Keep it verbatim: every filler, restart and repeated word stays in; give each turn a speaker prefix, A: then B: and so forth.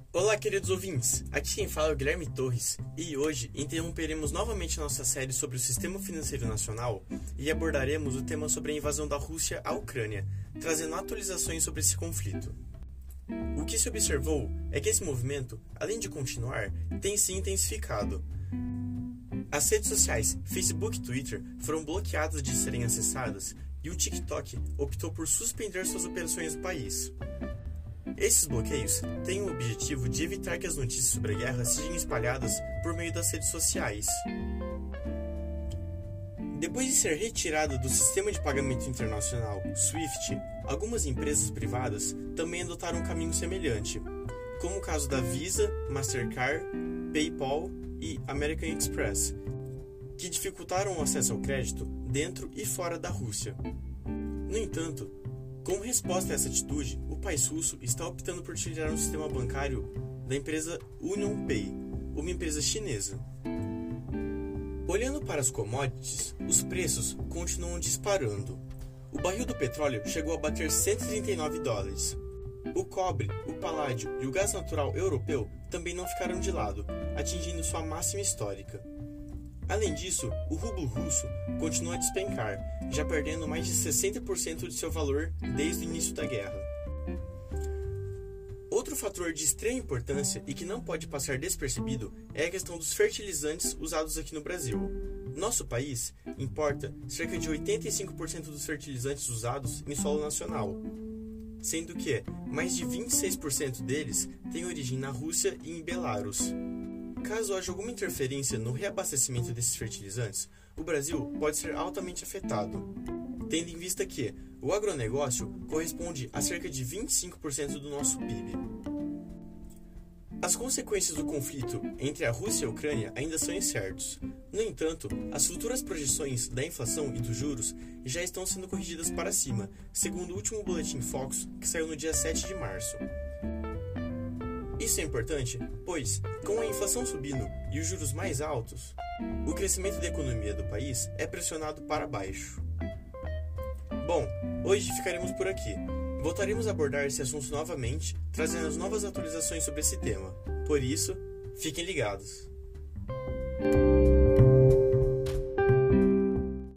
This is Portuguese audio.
A: Olá, queridos ouvintes! Aqui quem fala é o Guilherme Torres e hoje interromperemos novamente nossa série sobre o sistema financeiro nacional e abordaremos o tema sobre a invasão da Rússia à Ucrânia, trazendo atualizações sobre esse conflito. O que se observou é que esse movimento, além de continuar, tem se intensificado. As redes sociais Facebook e Twitter foram bloqueadas de serem acessadas e o TikTok optou por suspender suas operações no país. Esses bloqueios têm o objetivo de evitar que as notícias sobre a guerra sejam espalhadas por meio das redes sociais. Depois de ser retirada do sistema de pagamento internacional SWIFT, algumas empresas privadas também adotaram um caminho semelhante, como o caso da Visa, Mastercard, PayPal e American Express, que dificultaram o acesso ao crédito dentro e fora da Rússia. No entanto, como resposta a essa atitude, o país russo está optando por utilizar um sistema bancário da empresa UnionPay, uma empresa chinesa. Olhando para as commodities, os preços continuam disparando. O barril do petróleo chegou a bater cento e trinta e nove dólares. O cobre, o paládio e o gás natural europeu também não ficaram de lado, atingindo sua máxima histórica. Além disso, o rublo russo continua a despencar, já perdendo mais de sessenta por cento de seu valor desde o início da guerra. Outro fator de extrema importância e que não pode passar despercebido é a questão dos fertilizantes usados aqui no Brasil. Nosso país importa cerca de oitenta e cinco por cento dos fertilizantes usados em solo nacional, sendo que mais de vinte e seis por cento deles têm origem na Rússia e em Belarus. Caso haja alguma interferência no reabastecimento desses fertilizantes, o Brasil pode ser altamente afetado, tendo em vista que o agronegócio corresponde a cerca de vinte e cinco por cento do nosso P I B. As consequências do conflito entre a Rússia e a Ucrânia ainda são incertos. No entanto, as futuras projeções da inflação e dos juros já estão sendo corrigidas para cima, segundo o último boletim Focus, que saiu no dia sete de março. Isso é importante, pois, com a inflação subindo e os juros mais altos, o crescimento da economia do país é pressionado para baixo. Bom, hoje ficaremos por aqui. Voltaremos a abordar esse assunto novamente, trazendo as novas atualizações sobre esse tema. Por isso, fiquem ligados.